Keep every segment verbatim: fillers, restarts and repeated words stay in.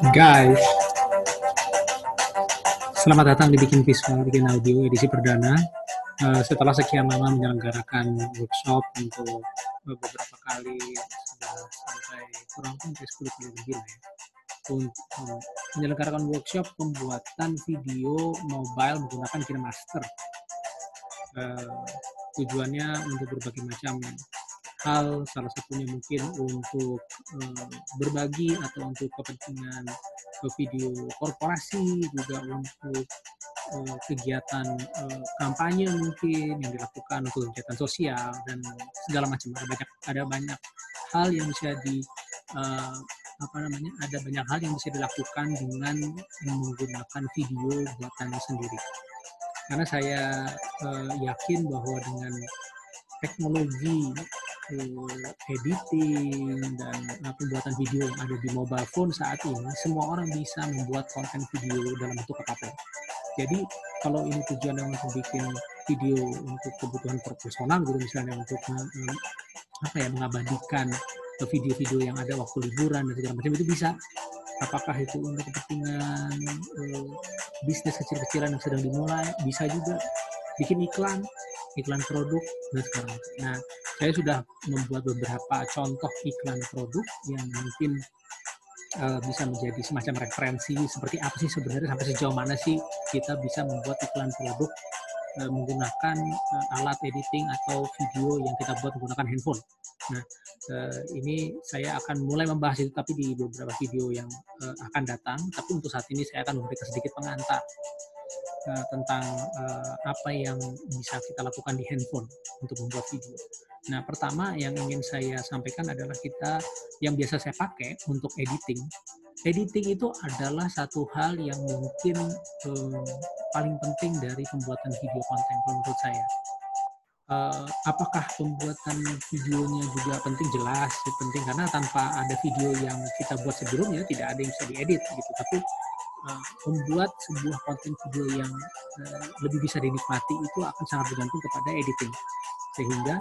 Guys, selamat datang di Bikin Visual, Bikin Audio edisi perdana. Uh, setelah sekian lama menyelenggarakan workshop untuk uh, beberapa kali, sudah sampai kurang lebih sepuluh kali lebih lah ya, untuk uh, menyelenggarakan workshop pembuatan video mobile menggunakan KineMaster. Uh, tujuannya untuk berbagai macam hal, salah satunya mungkin untuk uh, berbagi atau untuk kepentingan uh, video korporasi, juga untuk uh, kegiatan uh, kampanye mungkin yang dilakukan untuk kegiatan sosial dan segala macam. Ada banyak ada banyak hal yang bisa di uh, apa namanya ada banyak hal yang bisa dilakukan dengan menggunakan video buatannya sendiri. Karena saya uh, yakin bahwa dengan teknologi uh, editing dan uh, pembuatan video yang ada di mobile phone saat ini, semua orang bisa membuat konten video dalam bentuk apapun. Jadi kalau ini tujuannya untuk bikin video untuk kebutuhan personal gitu, misalnya untuk uh, apa ya mengabadikan video-video yang ada waktu liburan dan segala macam, itu bisa. Apakah itu untuk kepentingan uh, bisnis kecil-kecilan yang sedang dimulai, bisa juga bikin iklan, iklan produk dan segala macam. Nah, saya sudah membuat beberapa contoh iklan produk yang mungkin uh, bisa menjadi semacam referensi seperti apa sih sebenarnya, sampai sejauh mana sih kita bisa membuat iklan produk uh, menggunakan uh, alat editing atau video yang kita buat menggunakan handphone. Nah, uh, ini saya akan mulai membahas itu tapi di beberapa video yang uh, akan datang. Tapi untuk saat ini saya akan memberikan sedikit pengantar uh, tentang uh, apa yang bisa kita lakukan di handphone untuk membuat video. Nah, pertama yang ingin saya sampaikan adalah kita yang biasa saya pakai untuk editing. Editing itu adalah satu hal yang mungkin um, paling penting dari pembuatan video konten menurut saya. Uh, apakah pembuatan videonya juga penting? Jelas penting, karena tanpa ada video yang kita buat sebelumnya tidak ada yang bisa diedit gitu. Tapi uh, membuat sebuah konten video yang uh, lebih bisa dinikmati itu akan sangat bergantung kepada editing. Sehingga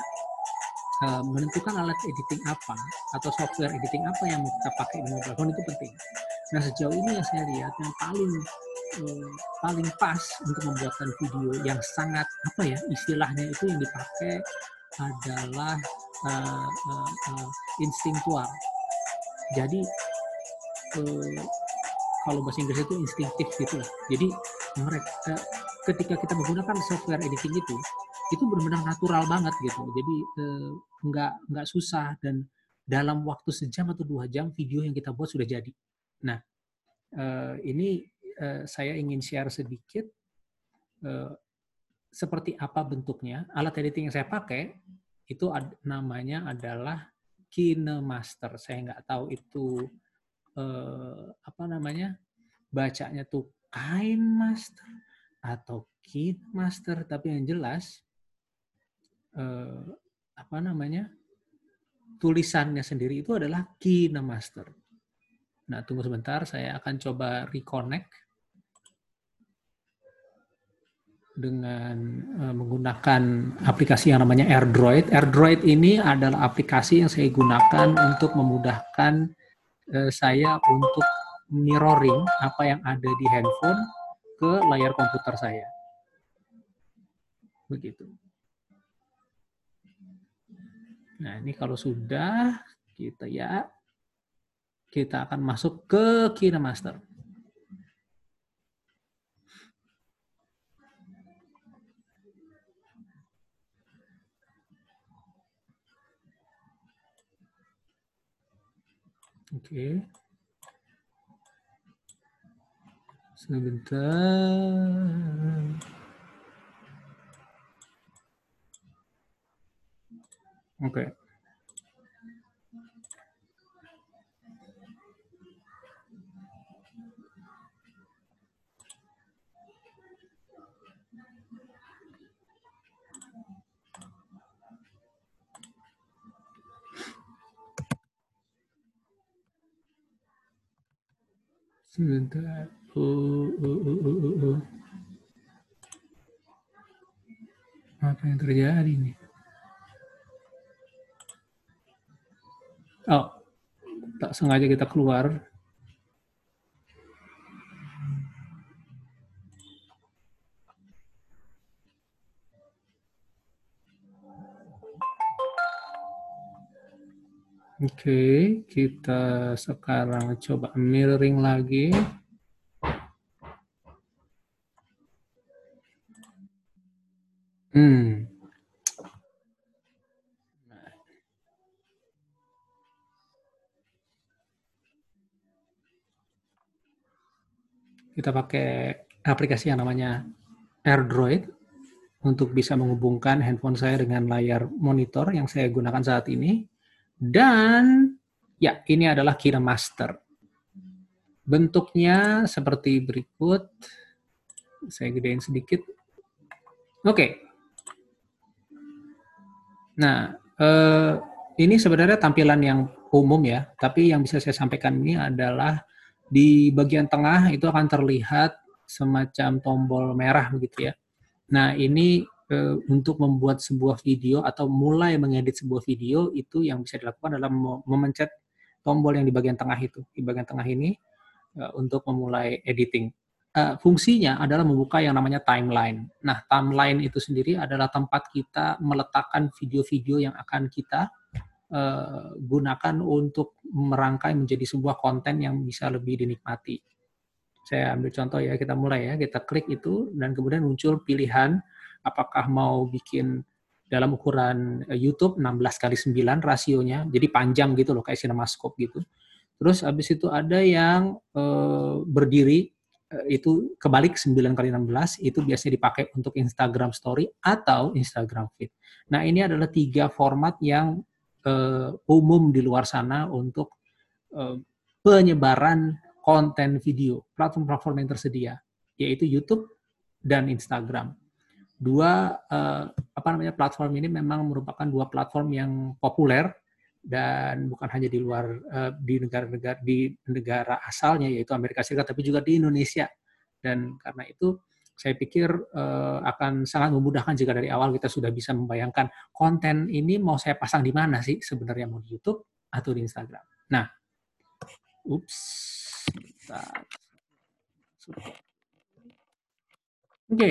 uh, menentukan alat editing apa atau software editing apa yang kita pakai di mobile phone itu penting. Nah, sejauh ini yang saya lihat yang paling uh, paling pas untuk membuatkan video yang sangat apa ya istilahnya itu yang dipakai adalah uh, uh, uh, instinktual. Jadi uh, kalau bahasa Inggris itu instinktif gitu lah. Jadi mereka ketika kita menggunakan software editing itu itu benar-benar natural banget gitu. Jadi uh, nggak nggak susah, dan dalam waktu sejam atau dua jam video yang kita buat sudah jadi. Nah, uh, ini uh, saya ingin share sedikit uh, seperti apa bentuknya. Alat editing yang saya pakai itu ad, namanya adalah KineMaster. Saya nggak tahu itu uh, apa namanya bacanya tuh KineMaster atau KineMaster, tapi yang jelas uh, apa namanya tulisannya sendiri itu adalah KineMaster. Nah, tunggu sebentar, saya akan coba reconnect dengan uh, menggunakan aplikasi yang namanya AirDroid. AirDroid ini adalah aplikasi yang saya gunakan untuk memudahkan uh, saya untuk mirroring apa yang ada di handphone ke layar komputer saya. Begitu. Nah, ini kalau sudah kita ya kita akan masuk ke KineMaster. Oke. Sebentar. Oke. Sebentar. Uh, uh, uh, uh, uh. Apa yang terjadi nih? Oh, tak sengaja kita keluar. Oke, kita sekarang coba mirroring lagi. Hmm. Kita pakai aplikasi yang namanya AirDroid untuk bisa menghubungkan handphone saya dengan layar monitor yang saya gunakan saat ini. Dan ya, ini adalah KineMaster. Bentuknya seperti berikut. Saya gedein sedikit. Oke. Nah, eh, ini sebenarnya tampilan yang umum ya, tapi yang bisa saya sampaikan ini adalah di bagian tengah itu akan terlihat semacam tombol merah begitu ya. Nah, ini eh, untuk membuat sebuah video atau mulai mengedit sebuah video itu yang bisa dilakukan adalah memencet tombol yang di bagian tengah itu. Di bagian tengah ini uh, untuk memulai editing. Uh, fungsinya adalah membuka yang namanya timeline. Nah, timeline itu sendiri adalah tempat kita meletakkan video-video yang akan kita uh, gunakan untuk merangkai menjadi sebuah konten yang bisa lebih dinikmati. Saya ambil contoh ya, kita mulai ya, kita klik itu dan kemudian muncul pilihan apakah mau bikin dalam ukuran YouTube enam belas kali sembilan rasionya, jadi panjang gitu loh, kayak CinemaScope gitu. Terus habis itu ada yang eh, berdiri, eh, itu kebalik sembilan kali enam belas, itu biasanya dipakai untuk Instagram Story atau Instagram Feed. Nah, ini adalah tiga format yang eh, umum di luar sana untuk eh, penyebaran konten video, platform-platform yang tersedia, yaitu YouTube dan Instagram. Dua eh, apa namanya platform ini memang merupakan dua platform yang populer dan bukan hanya di luar uh, di negara-negara di negara asalnya yaitu Amerika Serikat, tapi juga di Indonesia. Dan karena itu saya pikir uh, akan sangat memudahkan jika dari awal kita sudah bisa membayangkan konten ini mau saya pasang di mana sih sebenarnya, mau di YouTube atau di Instagram. Nah, ups, kita... oke, okay.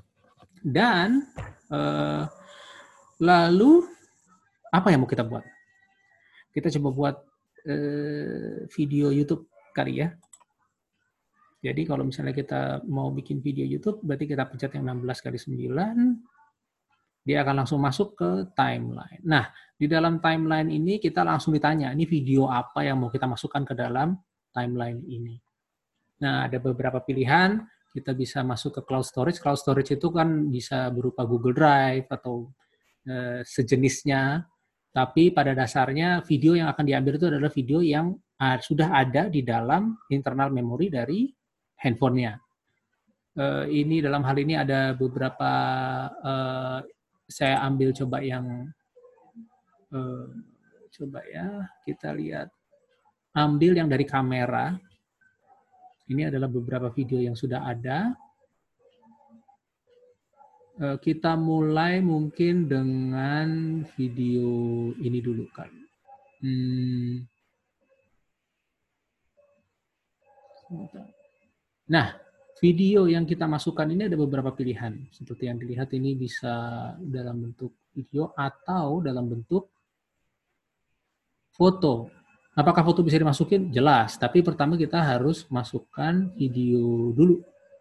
Dan uh, lalu apa yang mau kita buat? Kita coba buat eh, video YouTube kali ya. Jadi kalau misalnya kita mau bikin video YouTube, berarti kita pencet yang enam belas kali sembilan, dia akan langsung masuk ke timeline. Nah, di dalam timeline ini kita langsung ditanya, ini video apa yang mau kita masukkan ke dalam timeline ini. Nah, ada beberapa pilihan, kita bisa masuk ke cloud storage. Cloud storage itu kan bisa berupa Google Drive atau eh, sejenisnya. Tapi pada dasarnya video yang akan diambil itu adalah video yang uh, sudah ada di dalam internal memori dari handphonenya. Uh, ini dalam hal ini ada beberapa, uh, saya ambil coba yang, uh, coba ya, kita lihat, ambil yang dari kamera. Ini adalah beberapa video yang sudah ada. Kita mulai mungkin dengan video ini dulu kan. Hmm. Nah, video yang kita masukkan ini ada beberapa pilihan. Seperti yang dilihat ini bisa dalam bentuk video atau dalam bentuk foto. Apakah foto bisa dimasukin? Jelas, tapi pertama kita harus masukkan video dulu.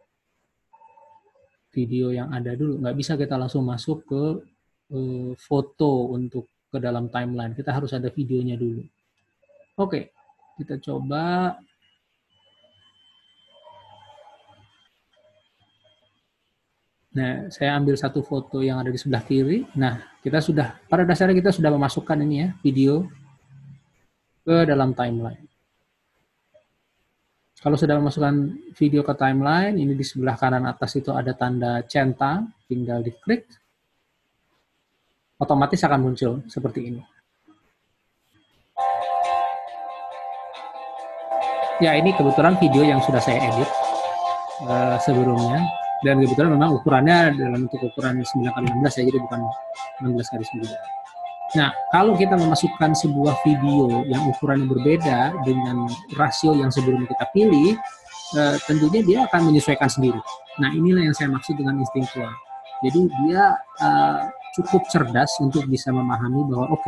Video yang ada dulu, nggak bisa kita langsung masuk ke uh, foto untuk ke dalam timeline. Kita harus ada videonya dulu. Oke, kita coba. Nah, saya ambil satu foto yang ada di sebelah kiri. Nah, kita sudah, pada dasarnya kita sudah memasukkan ini ya, video ke dalam timeline. Kalau sudah memasukkan video ke timeline, ini di sebelah kanan atas itu ada tanda centang, tinggal diklik, otomatis akan muncul seperti ini. Ya, ini kebetulan video yang sudah saya edit uh, sebelumnya, dan kebetulan memang ukurannya dalam bentuk ukuran sembilan kali enam belas ya, jadi bukan enam belas kali sembilan. Nah, kalau kita memasukkan sebuah video yang ukurannya berbeda dengan rasio yang sebelumnya kita pilih, eh, tentunya dia akan menyesuaikan sendiri. Nah, inilah yang saya maksud dengan instinktual. Jadi dia eh, cukup cerdas untuk bisa memahami bahwa oke, okay,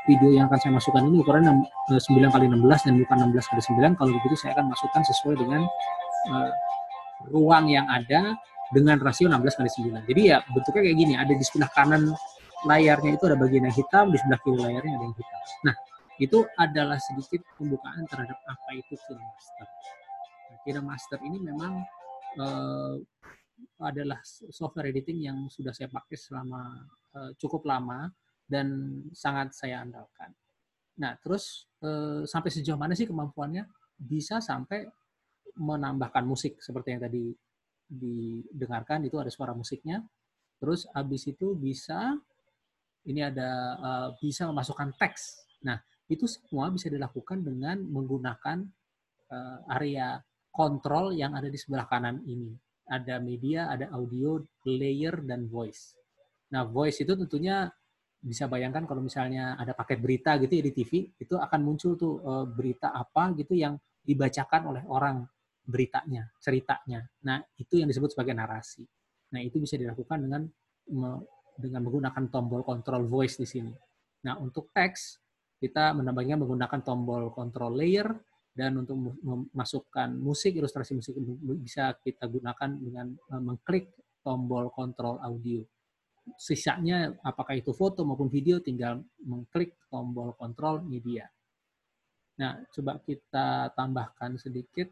video yang akan saya masukkan ini ukurannya sembilan kali enam belas dan bukan enam belas kali sembilan. Kalau begitu saya akan masukkan sesuai dengan uh, ruang yang ada dengan rasio enam belas kali sembilan. Jadi ya bentuknya kayak gini, ada di sebelah kanan layarnya itu ada bagian yang hitam, di sebelah kiri layarnya ada yang hitam. Nah, itu adalah sedikit pembukaan terhadap apa itu KineMaster. Nah, KineMaster ini memang uh, adalah software editing yang sudah saya pakai selama uh, cukup lama dan sangat saya andalkan. Nah, terus uh, sampai sejauh mana sih kemampuannya? Bisa sampai menambahkan musik seperti yang tadi didengarkan, itu ada suara musiknya. Terus habis itu bisa ini ada uh, bisa memasukkan teks. Nah, itu semua bisa dilakukan dengan menggunakan uh, area kontrol yang ada di sebelah kanan ini. Ada media, ada audio, layer, dan voice. Nah, voice itu tentunya bisa bayangkan kalau misalnya ada paket berita gitu ya di T V, itu akan muncul tuh uh, berita apa gitu yang dibacakan oleh orang beritanya, ceritanya. Nah, itu yang disebut sebagai narasi. Nah, itu bisa dilakukan dengan dengan menggunakan tombol kontrol voice di sini. Nah, untuk teks, kita menambahnya menggunakan tombol kontrol layer, dan untuk memasukkan musik, ilustrasi musik bisa kita gunakan dengan mengklik tombol kontrol audio. Sisanya, apakah itu foto maupun video, tinggal mengklik tombol kontrol media. Nah, coba kita tambahkan sedikit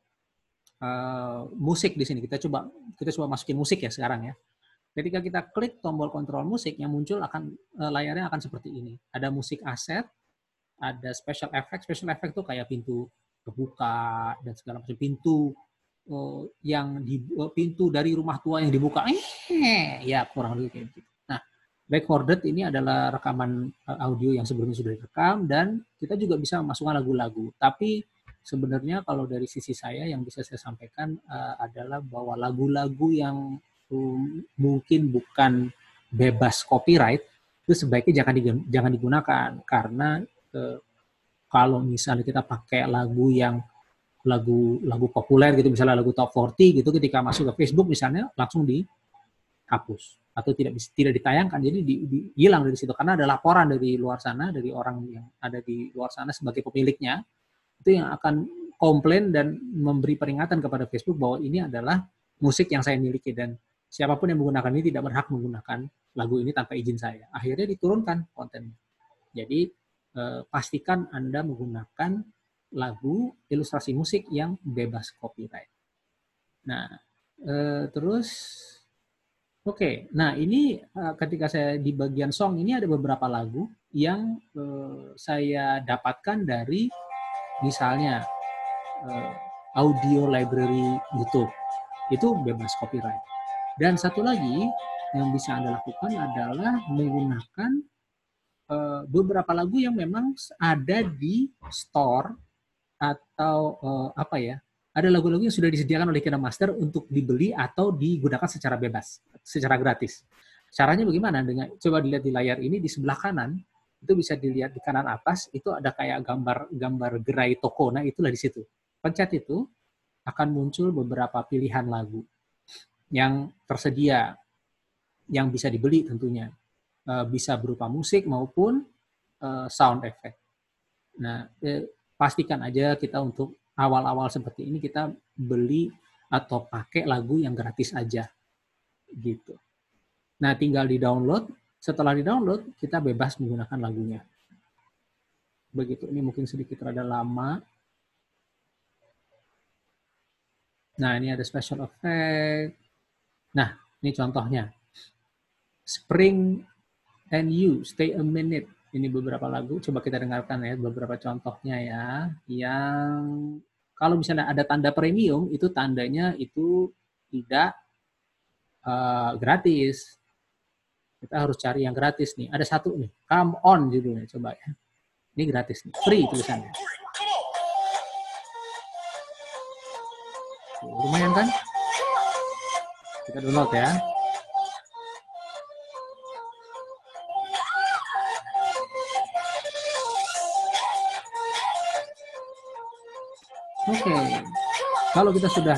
Uh, musik di sini. Kita coba kita coba masukin musik ya sekarang ya. Ketika kita klik tombol kontrol musik, yang muncul akan uh, layarnya akan seperti ini. Ada musik aset, ada special effect. Special effect itu kayak pintu terbuka dan segala macam, pintu uh, yang di uh, pintu dari rumah tua yang dibuka. Eh, ya kurang lebih kayak gitu. Nah, recorded ini adalah rekaman uh, audio yang sebelumnya sudah direkam, dan kita juga bisa memasukkan lagu-lagu. Tapi sebenarnya kalau dari sisi saya yang bisa saya sampaikan uh, adalah bahwa lagu-lagu yang um, mungkin bukan bebas copyright itu sebaiknya jangan digun- jangan digunakan, karena uh, kalau misalnya kita pakai lagu yang lagu lagu populer gitu, misalnya lagu top empat puluh gitu, ketika masuk ke Facebook misalnya langsung dihapus atau tidak tidak ditayangkan, jadi di, di, hilang dari situ karena ada laporan dari luar sana, dari orang yang ada di luar sana sebagai pemiliknya, itu yang akan komplain dan memberi peringatan kepada Facebook bahwa ini adalah musik yang saya miliki dan siapapun yang menggunakan ini tidak berhak menggunakan lagu ini tanpa izin saya. Akhirnya diturunkan kontennya. Jadi eh, pastikan Anda menggunakan lagu, ilustrasi musik yang bebas copyright. Nah, eh, terus oke, okay. Nah ini eh, ketika saya di bagian song ini ada beberapa lagu yang eh, saya dapatkan dari misalnya uh, audio library YouTube, itu bebas copyright. Dan satu lagi yang bisa Anda lakukan adalah menggunakan uh, beberapa lagu yang memang ada di store atau uh, apa ya, ada lagu-lagu yang sudah disediakan oleh KineMaster untuk dibeli atau digunakan secara bebas, secara gratis. Caranya bagaimana? Dengan coba dilihat di layar ini di sebelah kanan, itu bisa dilihat di kanan atas, itu ada kayak gambar-gambar gerai toko. Nah, itulah di situ. Pencet itu, akan muncul beberapa pilihan lagu yang tersedia, yang bisa dibeli tentunya. Bisa berupa musik maupun sound effect. Nah, eh, pastikan aja kita untuk awal-awal seperti ini, kita beli atau pakai lagu yang gratis aja. Gitu. Nah, tinggal di-download. Setelah di-download, kita bebas menggunakan lagunya. Begitu. Ini mungkin sedikit rada lama. Nah, ini ada special effect. Nah, ini contohnya. Spring and You, Stay a Minute. Ini beberapa lagu. Coba kita dengarkan ya, beberapa contohnya ya. Yang kalau misalnya ada tanda premium, itu tandanya itu tidak uh, gratis. Kita harus cari yang gratis nih. Ada satu nih, Come On judulnya, coba ya. Ini gratis nih, free tulisannya. Lumayan kan? Kita download ya. Oke, okay. Kalau kita sudah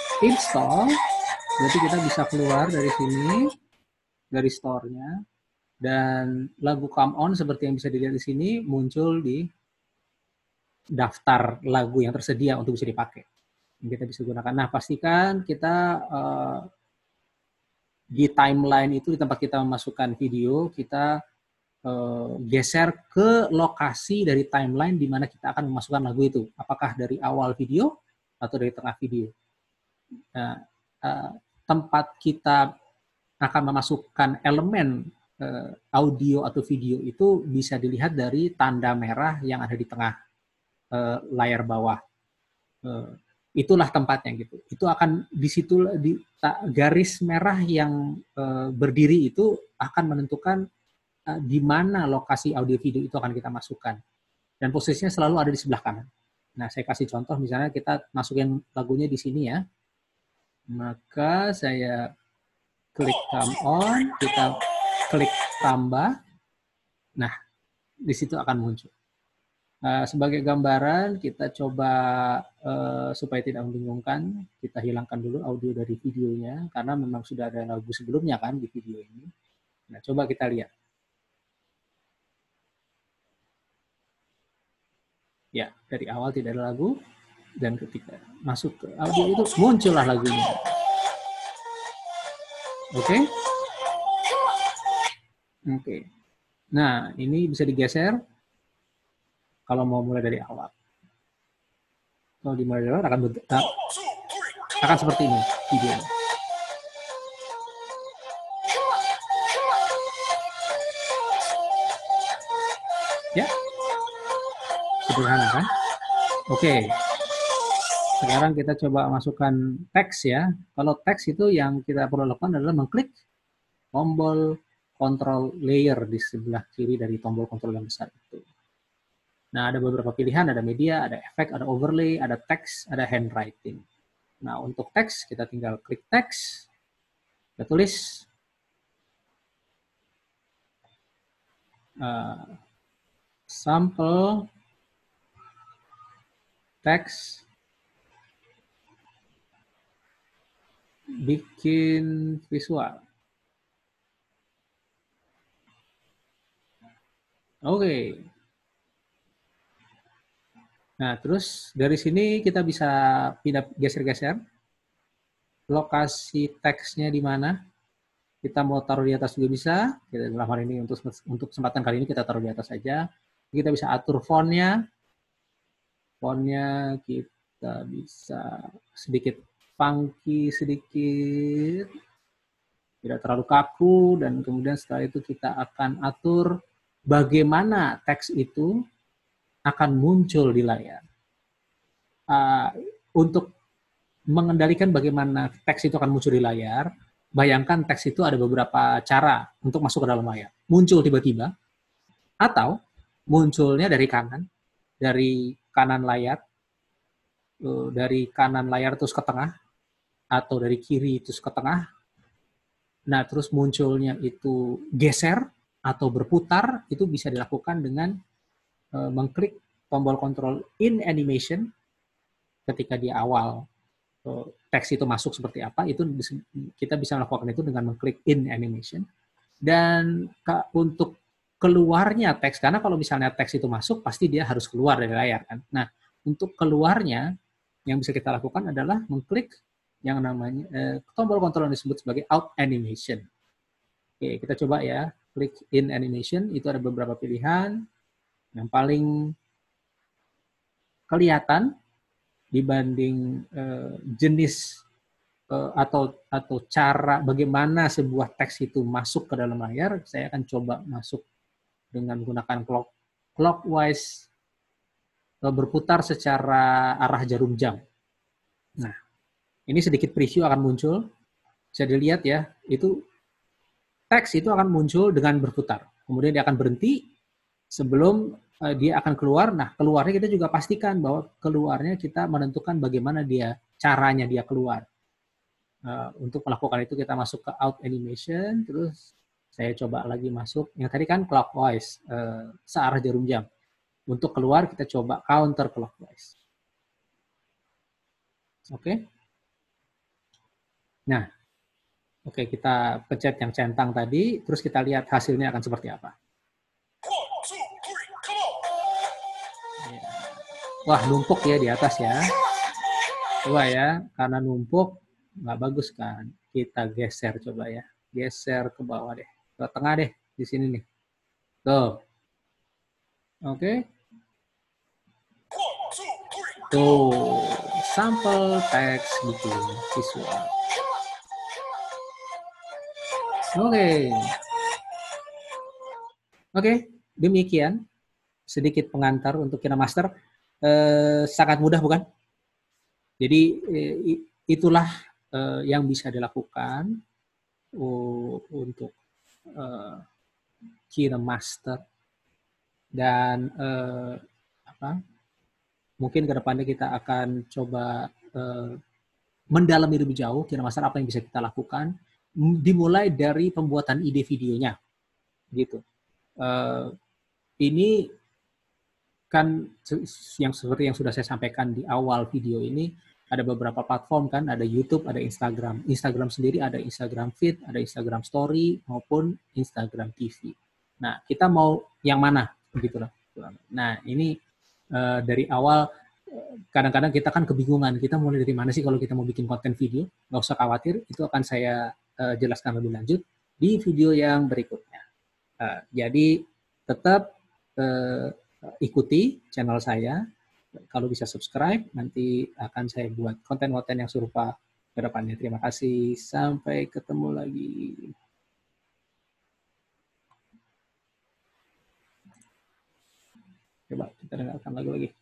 install, berarti kita bisa keluar dari sini, dari store-nya. Dan lagu Come On seperti yang bisa dilihat di sini muncul di daftar lagu yang tersedia untuk bisa dipakai. Yang kita bisa gunakan. Nah, pastikan kita uh, di timeline itu, di tempat kita memasukkan video, kita uh, geser ke lokasi dari timeline di mana kita akan memasukkan lagu itu. Apakah dari awal video atau dari tengah video. Nah, uh, tempat kita akan memasukkan elemen uh, audio atau video itu bisa dilihat dari tanda merah yang ada di tengah uh, layar bawah. Uh, itulah tempatnya gitu. Itu akan di situ di garis merah yang uh, berdiri itu akan menentukan uh, di mana lokasi audio video itu akan kita masukkan. Dan posisinya selalu ada di sebelah kanan. Nah, saya kasih contoh misalnya kita masukin lagunya di sini ya. Maka saya klik come on, kita klik tambah. Nah, di situ akan muncul. Uh, sebagai gambaran, kita coba uh, supaya tidak membingungkan, kita hilangkan dulu audio dari videonya, karena memang sudah ada lagu sebelumnya kan di video ini. Nah, coba kita lihat. Ya, dari awal tidak ada lagu, dan ketika masuk ke audio itu, muncullah lagunya. Oke? Okay? Oke. Okay. Nah, ini bisa digeser. Kalau mau mulai dari awal. Kalau dimulai dari awal akan, nah, akan seperti ini videonya. Ya. Sederhana kan? Oke. Sekarang kita coba masukkan teks ya. Kalau teks itu yang kita perlu lakukan adalah mengklik tombol control layer di sebelah kiri dari tombol kontrol yang besar itu. Nah, ada beberapa pilihan, ada media, ada efek, ada overlay, ada teks, ada handwriting. Nah, untuk teks, kita tinggal klik teks, kita tulis uh, sample teks bikin visual. Oke. Okay. Nah, terus dari sini kita bisa pindah geser-geser. Lokasi teksnya di mana. Kita mau taruh di atas juga bisa. Kita dalam hal ini untuk untuk kesempatan kali ini kita taruh di atas saja. Kita bisa atur fontnya. Fontnya kita bisa sedikit funky sedikit. Tidak terlalu kaku. Dan kemudian setelah itu kita akan atur bagaimana teks itu akan muncul di layar. Uh, untuk mengendalikan bagaimana teks itu akan muncul di layar, bayangkan teks itu ada beberapa cara untuk masuk ke dalam layar. Muncul tiba-tiba, atau munculnya dari kanan, dari kanan layar, uh, dari kanan layar terus ke tengah, atau dari kiri terus ke tengah. Nah, terus munculnya itu geser atau berputar, itu bisa dilakukan dengan mengklik tombol kontrol in animation ketika di awal teks itu masuk seperti apa, itu kita bisa melakukan itu dengan mengklik in animation. Dan untuk keluarnya teks, karena kalau misalnya teks itu masuk, pasti dia harus keluar dari layar kan. Nah, untuk keluarnya yang bisa kita lakukan adalah mengklik yang namanya eh, tombol kontrol yang disebut sebagai out animation. Oke, kita coba ya, klik in animation, itu ada beberapa pilihan. Yang paling kelihatan dibanding uh, jenis uh, atau atau cara bagaimana sebuah teks itu masuk ke dalam layar, saya akan coba masuk dengan menggunakan clock, clockwise, uh, berputar secara arah jarum jam. Nah, ini sedikit preview akan muncul. Bisa dilihat ya, itu teks itu akan muncul dengan berputar. Kemudian dia akan berhenti sebelum dia akan keluar. Nah, keluarnya kita juga pastikan bahwa keluarnya kita menentukan bagaimana dia, caranya dia keluar. Uh, untuk melakukan itu kita masuk ke out animation, terus saya coba lagi masuk, yang tadi kan clockwise, uh, searah jarum jam. Untuk keluar kita coba counter clockwise. Oke. Okay? Nah, Oke, kita pencet yang centang tadi, terus kita lihat hasilnya akan seperti apa. Wah, numpuk ya di atas ya. Coba ya, karena numpuk, nggak bagus kan. Kita geser coba ya. Geser ke bawah deh. Ke tengah deh, di sini nih. Tuh. Oke. Tuh, sampel teks bikin visual. Oke. Oke, demikian sedikit pengantar untuk KineMaster. Eh, sangat mudah bukan? Jadi eh, itulah eh, yang bisa dilakukan uh, untuk uh, KineMaster dan uh, apa? Mungkin kedepannya kita akan coba uh, mendalami lebih jauh KineMaster apa yang bisa kita lakukan. Dimulai dari pembuatan ide videonya, gitu. Uh, ini kan yang seperti yang sudah saya sampaikan di awal video ini, ada beberapa platform kan, ada YouTube, ada Instagram. Instagram sendiri ada Instagram Feed, ada Instagram Story, maupun Instagram T V. Nah, kita mau yang mana? Begitulah. Nah, ini uh, dari awal, kadang-kadang kita kan kebingungan, kita mulai dari mana sih kalau kita mau bikin konten video? Nggak usah khawatir, itu akan saya uh, jelaskan lebih lanjut di video yang berikutnya. Uh, jadi, tetap uh, ikuti channel saya. Kalau bisa subscribe, nanti akan saya buat konten-konten yang serupa ke depannya. Terima kasih. Sampai ketemu lagi. Coba kita dengarkan lagu lagi.